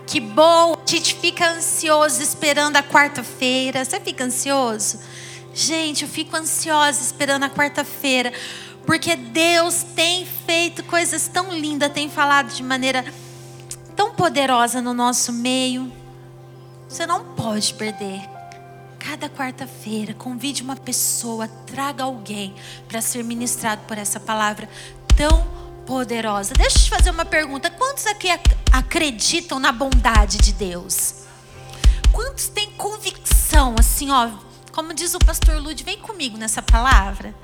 Que bom, a gente fica ansioso esperando a quarta-feira. Você fica ansioso? Gente, eu fico ansiosa esperando a quarta-feira, porque Deus tem feito coisas tão lindas, tem falado de maneira tão poderosa no nosso meio. Você não pode perder. Cada quarta-feira, convide uma pessoa, traga alguém para ser ministrado por essa palavra tão poderosa. Deixa eu te fazer uma pergunta. Quantos aqui acreditam na bondade de Deus? Quantos têm convicção, assim, ó, como diz o pastor Lud, vem comigo nessa palavra.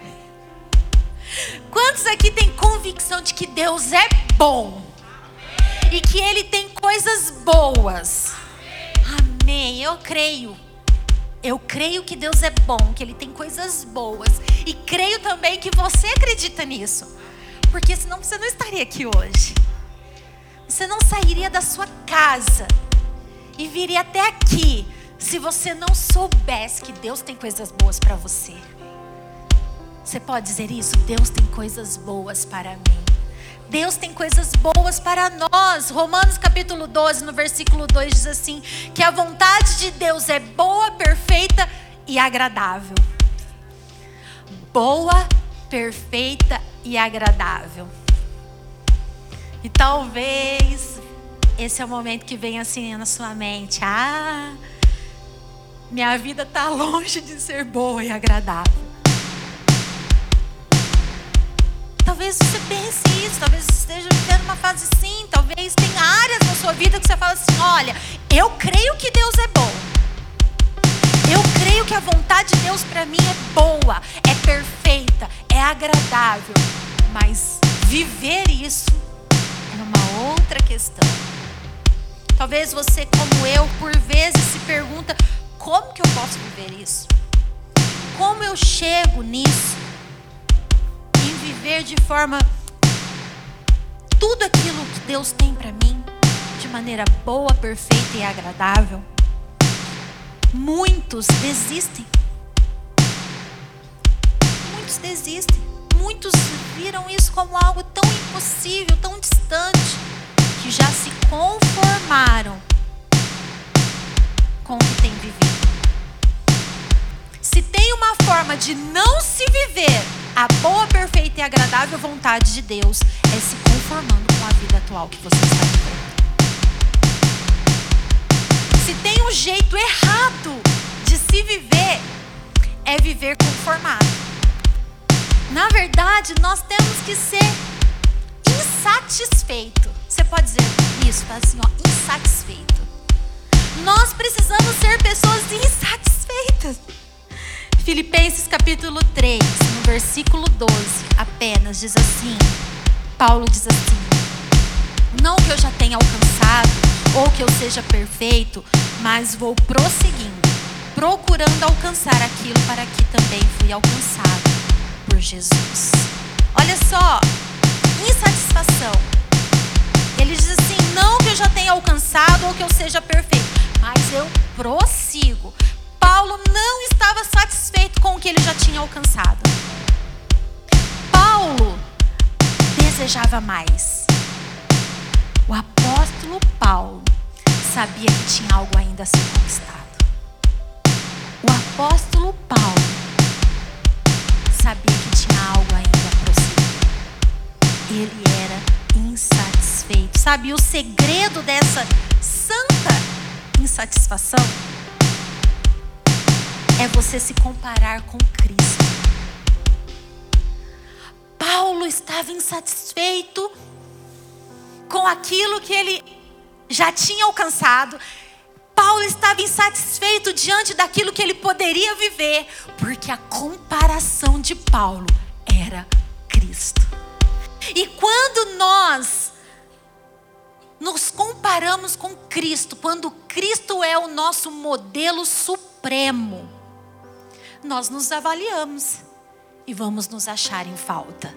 Quantos aqui têm convicção de que Deus é bom? E que Ele tem coisas boas? Amém, eu creio. Eu creio que Deus é bom, que Ele tem coisas boas. E creio também que você acredita nisso. Porque senão você não estaria aqui hoje. Você não sairia da sua casa e viria até aqui se você não soubesse que Deus tem coisas boas para você. Você pode dizer isso? Deus tem coisas boas para mim. Deus tem coisas boas para nós. Romanos capítulo 12, no versículo 2 diz assim, que a vontade de Deus é boa, perfeita e agradável. Boa, perfeita e agradável. E talvez esse é o momento que vem assim na sua mente. Minha vida está longe de ser boa e agradável. Talvez você pense isso, talvez você esteja vivendo uma fase assim, talvez tenha áreas na sua vida que você fala assim, olha, eu creio que Deus é bom. Eu creio que a vontade de Deus para mim é boa, é perfeita, é agradável. Mas viver isso é uma outra questão. Talvez você, como eu, por vezes se pergunta, como que eu posso viver isso? Como eu chego nisso? Viver de forma tudo aquilo que Deus tem para mim de maneira boa, perfeita e agradável. Muitos desistem. Muitos desistem. Muitos viram isso como algo tão impossível, tão distante, que já se conformaram com o que tem vivido. Se tem uma forma de não se viver a boa, perfeita e agradável vontade de Deus, é se conformando com a vida atual que você está vivendo. Se tem um jeito errado de se viver, é viver conformado. Na verdade, nós temos que ser insatisfeito. Você pode dizer isso, tá assim, ó, insatisfeito. Nós precisamos ser pessoas insatisfeitas. Filipenses capítulo 3, no versículo 12, apenas diz assim, Paulo diz assim, não que eu já tenha alcançado, ou que eu seja perfeito, mas vou prosseguindo, procurando alcançar aquilo para que também fui alcançado por Jesus. Olha só, insatisfação. Ele diz assim, não que eu já tenha alcançado, ou que eu seja perfeito, mas eu prossigo. Paulo não estava satisfeito com o que ele já tinha alcançado. Paulo desejava mais. O apóstolo Paulo sabia que tinha algo ainda a ser conquistado. O apóstolo Paulo sabia que tinha algo ainda a prosseguir. Ele era insatisfeito. Sabe o segredo dessa santa insatisfação? É você se comparar com Cristo. Paulo estava insatisfeito com aquilo que ele já tinha alcançado. Paulo estava insatisfeito diante daquilo que ele poderia viver, porque a comparação de Paulo era Cristo. E quando nós nos comparamos com Cristo, quando Cristo é o nosso modelo supremo, nós nos avaliamos e vamos nos achar em falta.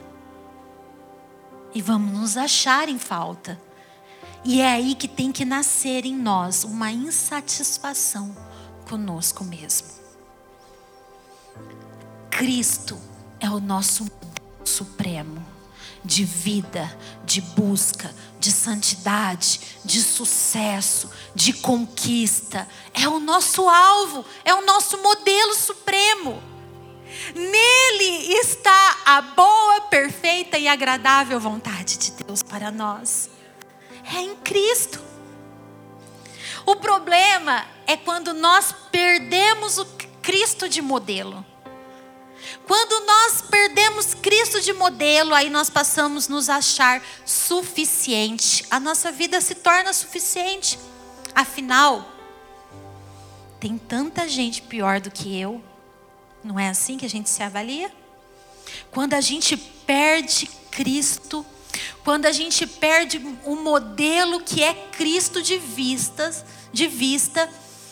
E vamos nos achar em falta. E é aí que tem que nascer em nós uma insatisfação conosco mesmo. Cristo é o nosso modelo supremo. de vida, de busca, de santidade, de sucesso, de conquista. É o nosso alvo, é o nosso modelo supremo. Nele está a boa, perfeita e agradável vontade de Deus para nós. É em Cristo. O problema é quando nós perdemos o Cristo de modelo. Quando nós perdemos Cristo de modelo, aí nós passamos a nos achar suficiente. A nossa vida se torna suficiente. Afinal, tem tanta gente pior do que eu. Não é assim que a gente se avalia? Quando a gente perde Cristo, quando a gente perde o modelo que é Cristo de vista,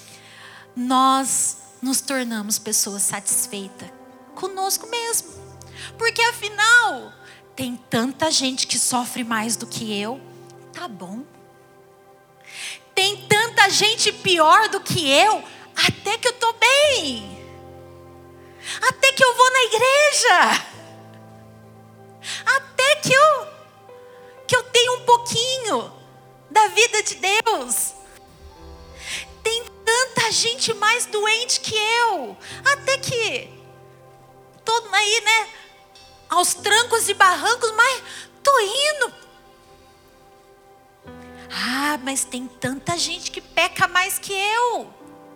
nós nos tornamos pessoas satisfeitas conosco mesmo. Porque afinal, tem tanta gente que sofre mais do que eu. Tá bom. Tem tanta gente pior do que eu, até que eu tô bem. Até que eu vou na igreja. Até que eu tenho um pouquinho da vida de Deus. Tem tanta gente mais doente que eu. Até que tô aí, né? Aos trancos e barrancos, mas tô indo. Ah, mas tem tanta gente que peca mais que eu.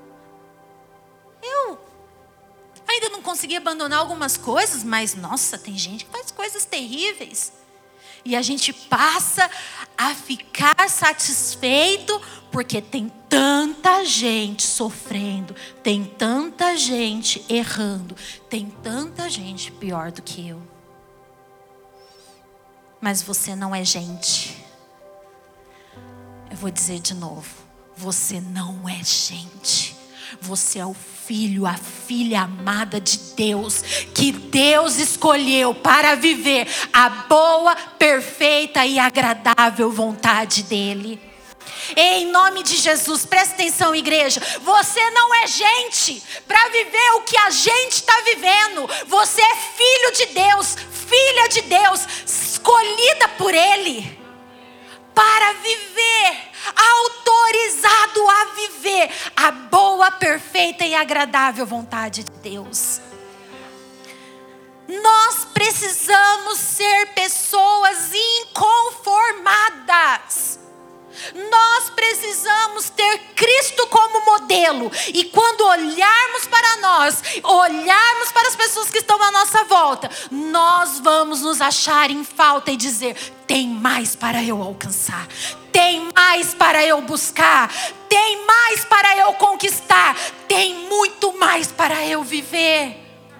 Eu ainda não consegui abandonar algumas coisas, mas nossa, tem gente que faz coisas terríveis. E a gente passa a ficar satisfeito porque tem tanta gente sofrendo, tem tanta gente errando, tem tanta gente pior do que eu. Mas você não é gente. Eu vou dizer de novo, você não é gente. Você é o filho, a filha amada de Deus, que Deus escolheu para viver a boa, perfeita e agradável vontade dele. Em nome de Jesus, presta atenção, igreja. Você não é gente para viver o que a gente está vivendo. Você é filho de Deus, filha de Deus, escolhida por Ele para viver, autorizado a viver a boa, perfeita e agradável vontade de Deus. Nós precisamos ser pessoas inconformadas. Nós precisamos ter Cristo como modelo. E quando olharmos para nós, olharmos para as pessoas que estão à nossa volta, nós vamos nos achar em falta e dizer: tem mais para eu alcançar, tem mais para eu buscar, tem mais para eu conquistar, tem muito mais para eu viver.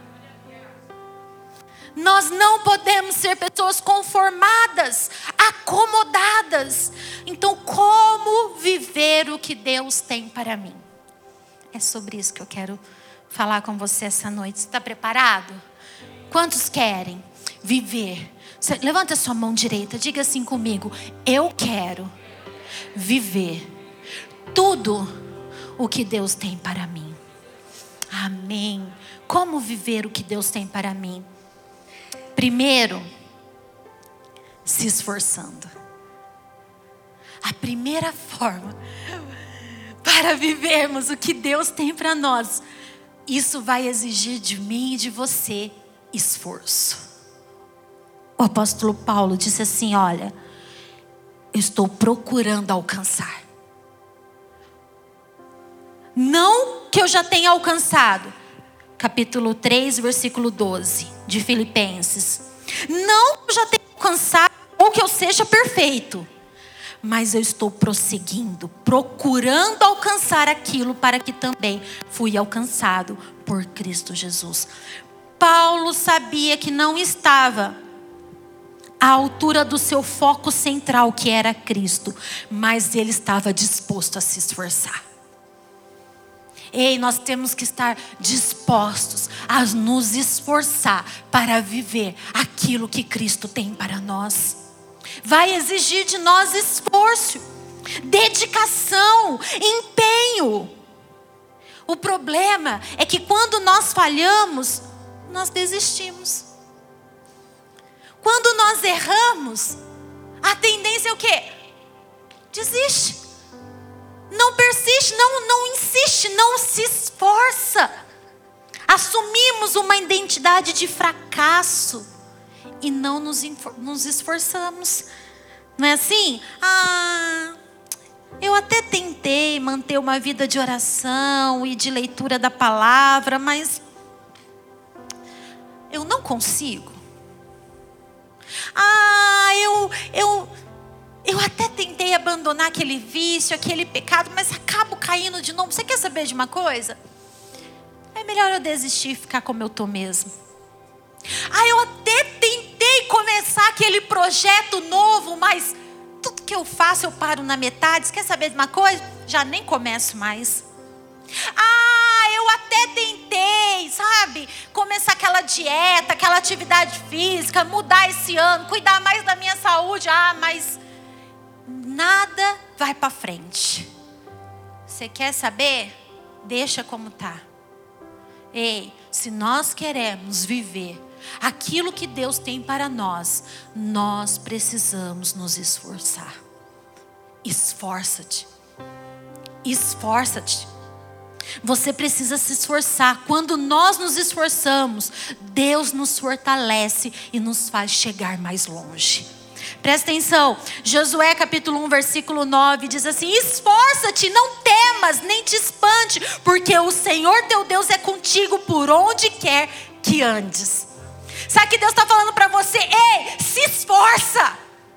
Nós não podemos ser pessoas conformadas, acomodadas. Então, como viver o que Deus tem para mim? É sobre isso que eu quero falar com você essa noite. Você está preparado? Quantos querem viver? Levanta a sua mão direita, diga assim comigo: eu quero viver tudo o que Deus tem para mim. Amém. Como viver o que Deus tem para mim? Primeiro, se esforçando. A primeira forma para vivermos o que Deus tem para nós, isso vai exigir de mim e de você esforço. O apóstolo Paulo disse assim: olha, eu estou procurando alcançar. Não que eu já tenha alcançado. Capítulo 3, versículo 12 de Filipenses. Não que eu já tenha alcançado ou que eu seja perfeito, mas eu estou prosseguindo, procurando alcançar aquilo para que também fui alcançado por Cristo Jesus. Paulo sabia que não estava à altura do seu foco central, que era Cristo, mas ele estava disposto a se esforçar. Ei, nós temos que estar dispostos a nos esforçar para viver aquilo que Cristo tem para nós. Vai exigir de nós esforço, dedicação, empenho. O problema é que quando nós falhamos, nós desistimos. Quando nós erramos, a tendência é o quê? Desiste. Não persiste, não insiste, não se esforça. Assumimos uma identidade de fracasso e não nos esforçamos. Não é assim? Eu até tentei manter uma vida de oração e de leitura da palavra, mas eu não consigo. Eu até tentei abandonar aquele vício, aquele pecado, mas acabo caindo de novo. Você quer saber de uma coisa? É melhor eu desistir e ficar como eu estou mesmo. Eu até tentei começar aquele projeto novo, mas tudo que eu faço eu paro na metade. Você quer saber de uma coisa? Já nem começo mais. Eu até tentei, sabe? Começar aquela dieta, aquela atividade física, mudar esse ano, cuidar mais da minha saúde. Mas nada vai para frente. Você quer saber? Deixa como tá. Ei, se nós queremos viver aquilo que Deus tem para nós, nós precisamos nos esforçar. Esforça-te. Esforça-te. Você precisa se esforçar. Quando nós nos esforçamos, Deus nos fortalece e nos faz chegar mais longe. Presta atenção, Josué capítulo 1, versículo 9 diz assim: esforça-te, não temas, nem te espante, porque o Senhor teu Deus é contigo por onde quer que andes. Sabe que Deus está falando para você? Ei, se esforça.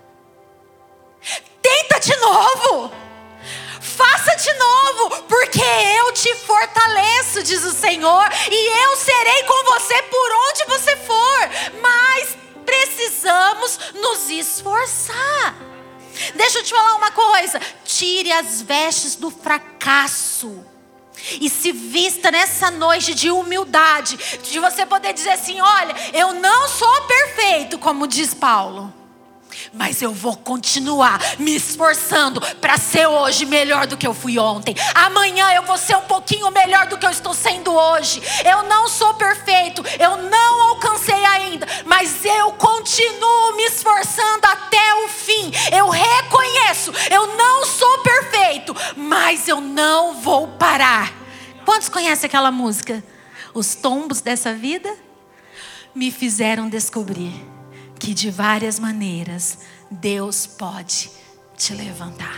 Tenta de novo. Faça de novo, porque eu te fortaleço, diz o Senhor, e eu serei com você por onde você for. Mas precisamos nos esforçar. Deixa eu te falar uma coisa. Tire as vestes do fracasso e se vista nessa noite de humildade, de você poder dizer assim: olha, eu não sou perfeito, como diz Paulo, mas eu vou continuar me esforçando para ser hoje melhor do que eu fui ontem. Amanhã eu vou ser um pouquinho melhor do que eu estou sendo hoje. Eu não sou perfeito, eu não alcancei ainda, mas eu continuo me esforçando até o fim. Eu reconheço, eu não sou perfeito, mas eu não vou parar. Quantos conhecem aquela música? Os tombos dessa vida me fizeram descobrir que de várias maneiras Deus pode te levantar.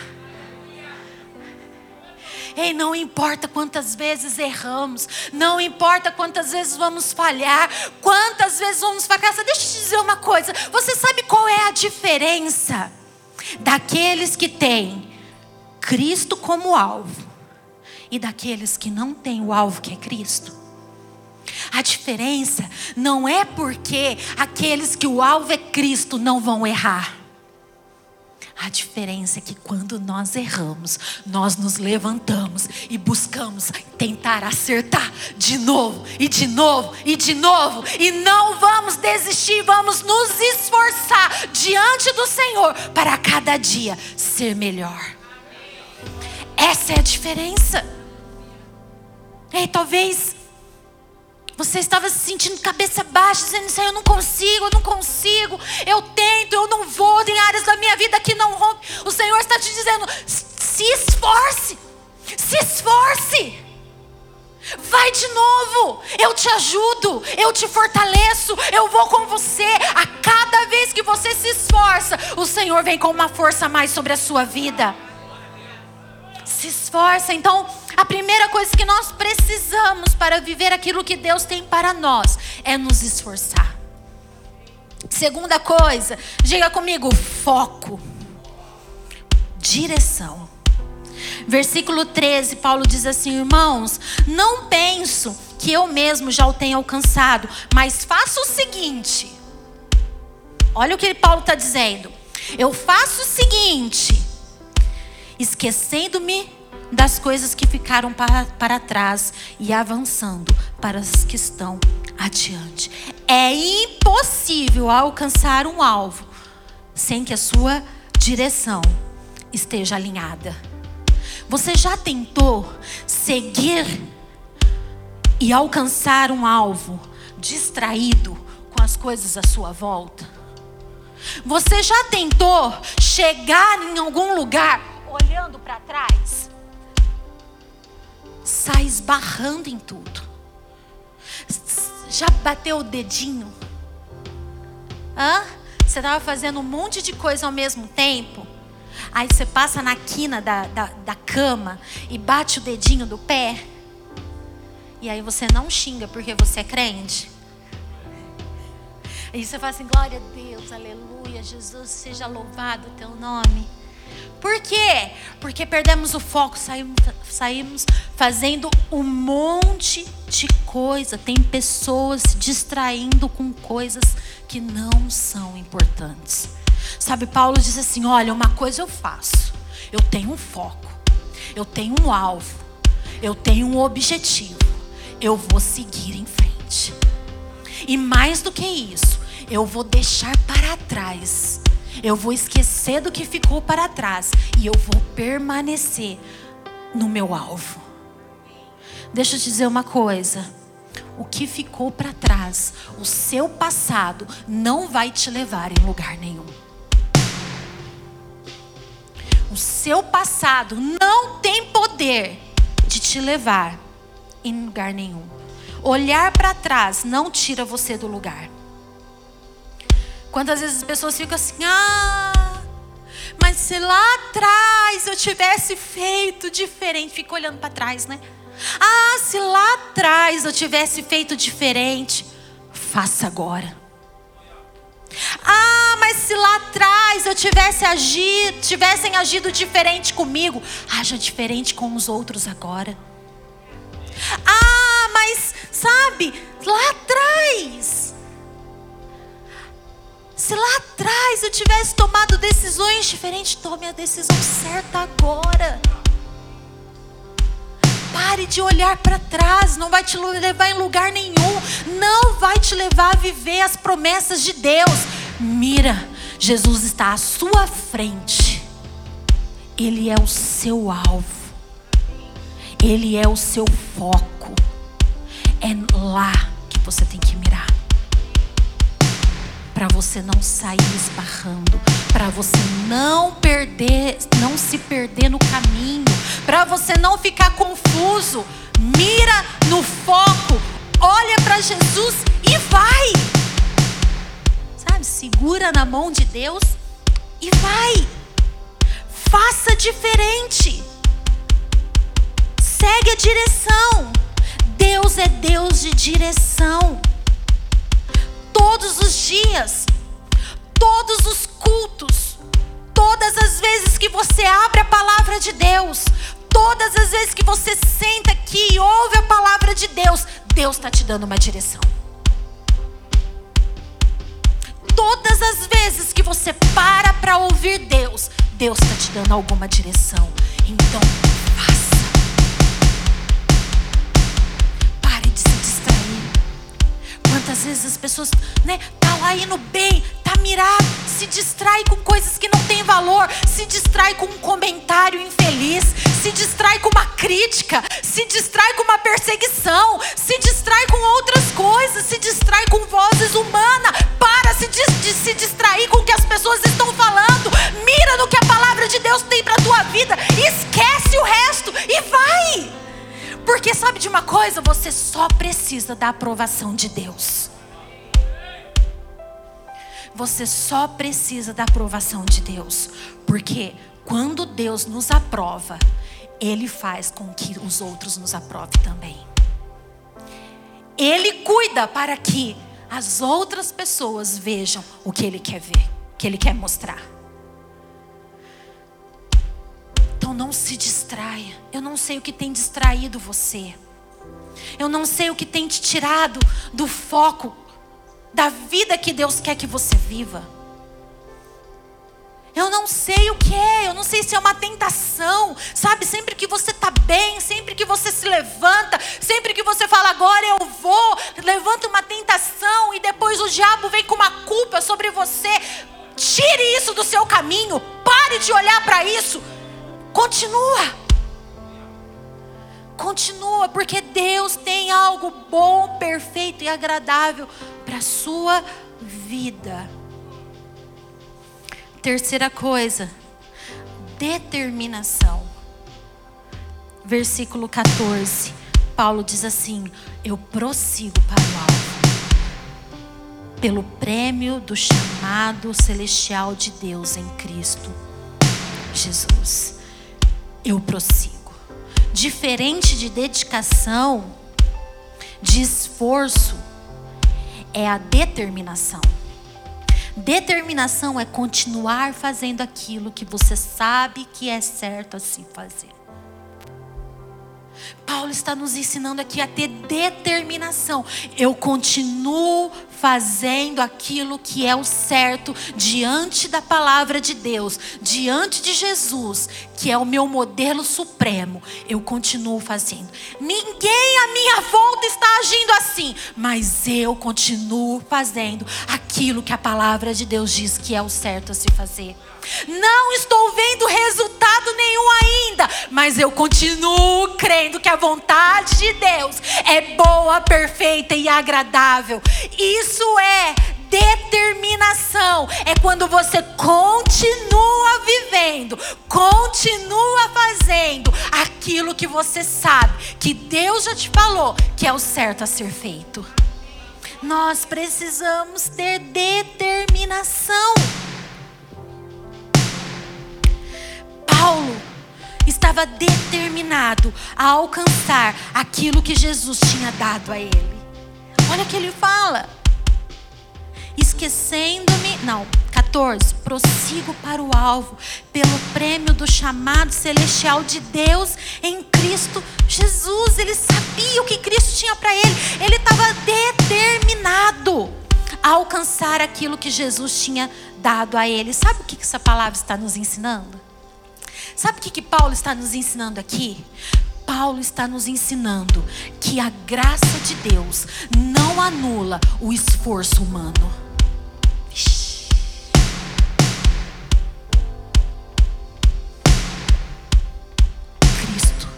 Ei, não importa quantas vezes erramos, não importa quantas vezes vamos falhar, quantas vezes vamos fracassar. Deixa eu te dizer uma coisa. Você sabe qual é a diferença daqueles que têm Cristo como alvo e daqueles que não têm o alvo que é Cristo? A diferença não é porque aqueles que o alvo é Cristo não vão errar. A diferença é que quando nós erramos, nós nos levantamos e buscamos tentar acertar de novo, e de novo, e de novo. E não vamos desistir, vamos nos esforçar diante do Senhor para cada dia ser melhor. Essa é a diferença. Ei, talvez você estava se sentindo cabeça baixa, dizendo: Senhor, eu não consigo, eu tento, eu não vou, tem áreas da minha vida que não rompe. O Senhor está te dizendo: se esforce, vai de novo, eu te ajudo, eu te fortaleço, eu vou com você. A cada vez que você se esforça, o Senhor vem com uma força a mais sobre a sua vida. Se esforça. Então, a primeira coisa que nós precisamos para viver aquilo que Deus tem para nós é nos esforçar. Segunda coisa, diga comigo: foco, direção. Versículo 13, Paulo diz assim: irmãos, não penso que eu mesmo já o tenha alcançado, mas faço o seguinte. Olha o que Paulo está dizendo. Eu faço o seguinte: esquecendo-me das coisas que ficaram para trás e avançando para as que estão adiante. É impossível alcançar um alvo sem que a sua direção esteja alinhada. Você já tentou seguir e alcançar um alvo distraído com as coisas à sua volta? Você já tentou chegar em algum lugar olhando para trás? Sai esbarrando em tudo. Já bateu o dedinho? Você estava fazendo um monte de coisa ao mesmo tempo. Aí você passa na quina da cama e bate o dedinho do pé. E aí você não xinga porque você é crente. Aí você fala assim: glória a Deus, aleluia, Jesus, seja louvado o teu nome. Por quê? Porque perdemos o foco, saímos fazendo um monte de coisa. Tem pessoas se distraindo com coisas que não são importantes. Sabe, Paulo diz assim: olha, uma coisa eu faço. Eu tenho um foco, eu tenho um alvo, eu tenho um objetivo. Eu vou seguir em frente. E mais do que isso, eu vou deixar para trás. Eu vou esquecer do que ficou para trás. E eu vou permanecer no meu alvo. Deixa eu te dizer uma coisa. O que ficou para trás, o seu passado, não vai te levar em lugar nenhum. O seu passado não tem poder de te levar em lugar nenhum. Olhar para trás não tira você do lugar. Quantas vezes as pessoas ficam assim: mas se lá atrás eu tivesse feito diferente. Fica olhando para trás, né? Se lá atrás eu tivesse feito diferente. Faça agora. Mas se lá atrás eu tivessem agido diferente comigo. Haja diferente com os outros agora. Mas sabe, lá atrás, se lá atrás eu tivesse tomado decisões diferentes, tome a decisão certa agora. Pare de olhar para trás, não vai te levar em lugar nenhum. Não vai te levar a viver as promessas de Deus. Mira, Jesus está à sua frente. Ele é o seu alvo. Ele é o seu foco. É lá que você tem que mirar. Para você não sair esbarrando, para você não se perder no caminho, para você não ficar confuso. Mira no foco, olha para Jesus e vai. Sabe, segura na mão de Deus e vai. Faça diferente. Segue a direção. Deus é Deus de direção. Todos os dias, todos os cultos, todas as vezes que você abre a palavra de Deus, todas as vezes que você senta aqui e ouve a palavra de Deus, Deus está te dando uma direção. Todas as vezes que você para ouvir Deus, Deus está te dando alguma direção. Então, faça. Pare de se distrair. Quantas vezes as pessoas, tá lá indo bem, tá mirado, se distrai com coisas que não têm valor, se distrai com um comentário infeliz, se distrai com uma crítica, se distrai com uma perseguição, se distrai com outras coisas, se distrai com vozes humanas. Para de se distrair com o que as pessoas estão falando. Mira no que a palavra de Deus tem para a tua vida. Esquece o resto e vai. Porque sabe de uma coisa? Você só precisa da aprovação de Deus. Você só precisa da aprovação de Deus. Porque quando Deus nos aprova, Ele faz com que os outros nos aprovem também. Ele cuida para que as outras pessoas vejam o que Ele quer ver, o que Ele quer mostrar. Então não se distraia. Eu não sei o que tem distraído você. Eu não sei o que tem te tirado do foco da vida que Deus quer que você viva. Eu não sei o que é. Eu não sei se é uma tentação. Sabe, sempre que você está bem, sempre que você se levanta, sempre que você fala agora eu vou, levanta uma tentação e depois o diabo vem com uma culpa sobre você. Tire isso do seu caminho. Pare de olhar para isso. Continua, porque Deus tem algo bom, perfeito e agradável para a sua vida. terceira coisa, determinação. Versículo 14, Paulo diz assim: eu prossigo para o alvo, pelo prêmio do chamado celestial de Deus em Cristo Jesus. Eu prossigo. Diferente de dedicação, de esforço, é a determinação. Determinação é continuar fazendo aquilo que você sabe que é certo a se fazer. Paulo está nos ensinando aqui a ter determinação. Eu continuo fazendo aquilo que é o certo diante da palavra de Deus, diante de Jesus, que é o meu modelo supremo. Eu continuo fazendo. Ninguém à minha volta está agindo assim, mas eu continuo fazendo aquilo que a palavra de Deus diz que é o certo a se fazer. Não estou vendo resultado nenhum ainda, mas eu continuo crendo que a vontade de Deus é boa, perfeita e agradável. Isso é determinação. É quando você continua vivendo, continua fazendo aquilo que você sabe que Deus já te falou que é o certo a ser feito. Nós precisamos ter determinação. Paulo estava determinado a alcançar aquilo que Jesus tinha dado a ele. Olha o que ele fala. 14, prossigo para o alvo, pelo prêmio do chamado celestial de Deus em Cristo Jesus. Ele sabia o que Cristo tinha para ele. Ele estava determinado a alcançar aquilo que Jesus tinha dado a ele. Sabe o que essa palavra está nos ensinando? Sabe o que Paulo está nos ensinando aqui? Paulo está nos ensinando que a graça de Deus não anula o esforço humano. Cristo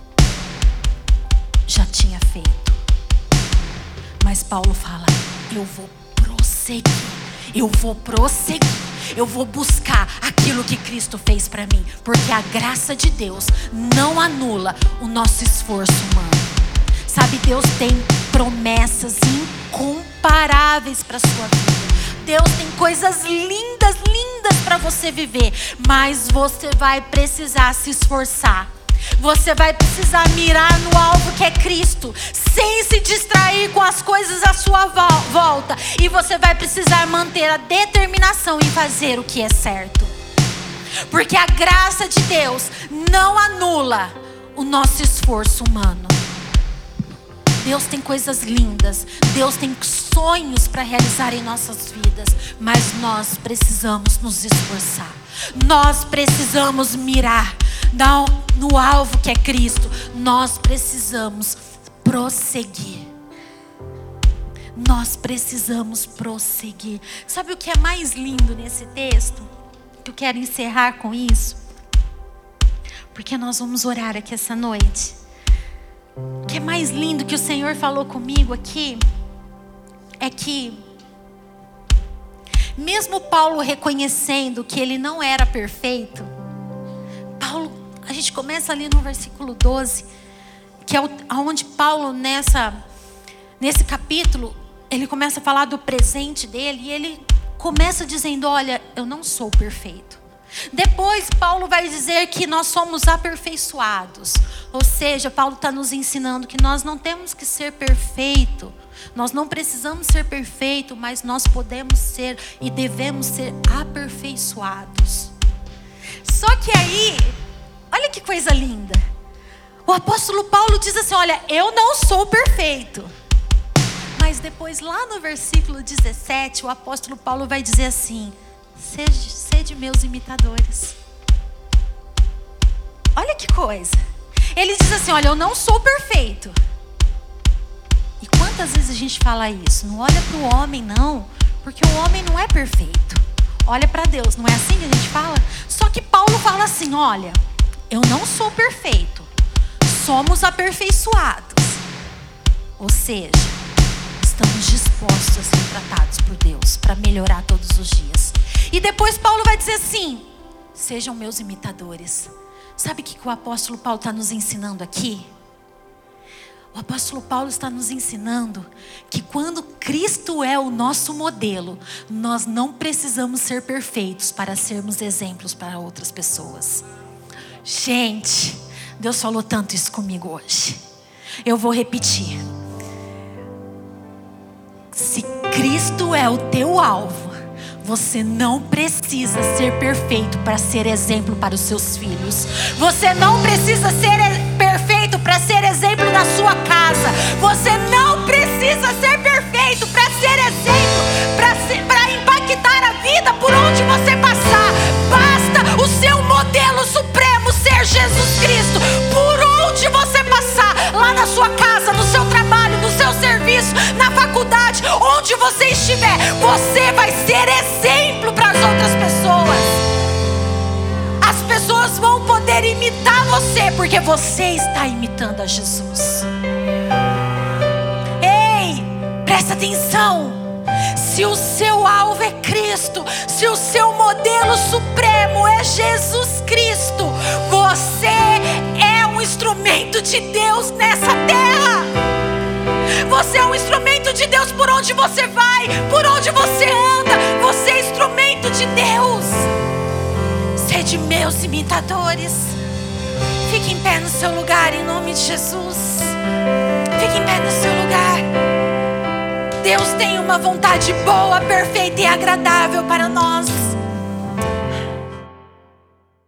já tinha feito. Mas Paulo fala: eu vou prosseguir. Eu vou prosseguir. Eu vou buscar aquilo que Cristo fez para mim. Porque a graça de Deus não anula o nosso esforço humano. Sabe, Deus tem promessas incomparáveis para a sua vida. Deus tem coisas lindas, lindas para você viver. Mas você vai precisar se esforçar. Você vai precisar mirar no alvo que é Cristo, sem se distrair com as coisas à sua volta. E você vai precisar manter a determinação em fazer o que é certo. Porque a graça de Deus não anula o nosso esforço humano. Deus tem coisas lindas, Deus tem sonhos para realizar em nossas vidas, mas nós precisamos nos esforçar. Nós precisamos mirar no alvo que é Cristo. Nós precisamos prosseguir. Nós precisamos prosseguir. Sabe o que é mais lindo nesse texto? Que eu quero encerrar com isso, porque nós vamos orar aqui essa noite. O que é mais lindo que o Senhor falou comigo aqui é que, mesmo Paulo reconhecendo que ele não era perfeito, a gente começa ali no versículo 12, que é onde Paulo nesse capítulo, ele começa a falar do presente dele, e ele começa dizendo: olha, eu não sou perfeito. Depois Paulo vai dizer que nós somos aperfeiçoados. Ou seja, Paulo está nos ensinando que nós não temos que ser perfeito. Nós não precisamos ser perfeito, mas nós podemos ser e devemos ser aperfeiçoados. Só que aí, olha que coisa linda. O apóstolo Paulo diz assim: olha, eu não sou perfeito. Mas depois lá no versículo 17, o apóstolo Paulo vai dizer assim: sede meus imitadores. Olha que coisa. Ele diz assim: olha, eu não sou perfeito. E quantas vezes a gente fala isso? Não olha para o homem não, porque o homem não é perfeito. Olha para Deus, não é assim que a gente fala? Só que Paulo fala assim: olha, eu não sou perfeito, somos aperfeiçoados. Ou seja, estamos dispostos a ser tratados por Deus para melhorar todos os dias. E depois Paulo vai dizer assim: sejam meus imitadores. Sabe o que o apóstolo Paulo está nos ensinando aqui? O apóstolo Paulo está nos ensinando que quando Cristo é o nosso modelo, nós não precisamos ser perfeitos para sermos exemplos para outras pessoas. Gente, Deus falou tanto isso comigo hoje. Eu vou repetir. Se Cristo é o teu alvo, você não precisa ser perfeito para ser exemplo para os seus filhos. Você não precisa ser perfeito para ser exemplo na sua casa. Você não precisa ser perfeito para ser exemplo, para impactar a vida por onde você passar. Basta o seu modelo supremo ser Jesus Cristo. Por onde você passar, lá na sua casa, no seu trabalho, no seu serviço, na faculdade, onde você estiver, você vai ser exemplo para as outras pessoas. As pessoas vão poder imitar você, porque você está imitando a Jesus. Ei, presta atenção. Se o seu alvo é Cristo, se o seu modelo supremo é Jesus Cristo, você é um instrumento de Deus nessa terra. Você é um instrumento de Deus por onde você vai, por onde você anda. Você é instrumento de Deus. Sede meus imitadores. Fique em pé no seu lugar em nome de Jesus. Fique em pé no seu lugar. Deus tem uma vontade boa, perfeita e agradável para nós.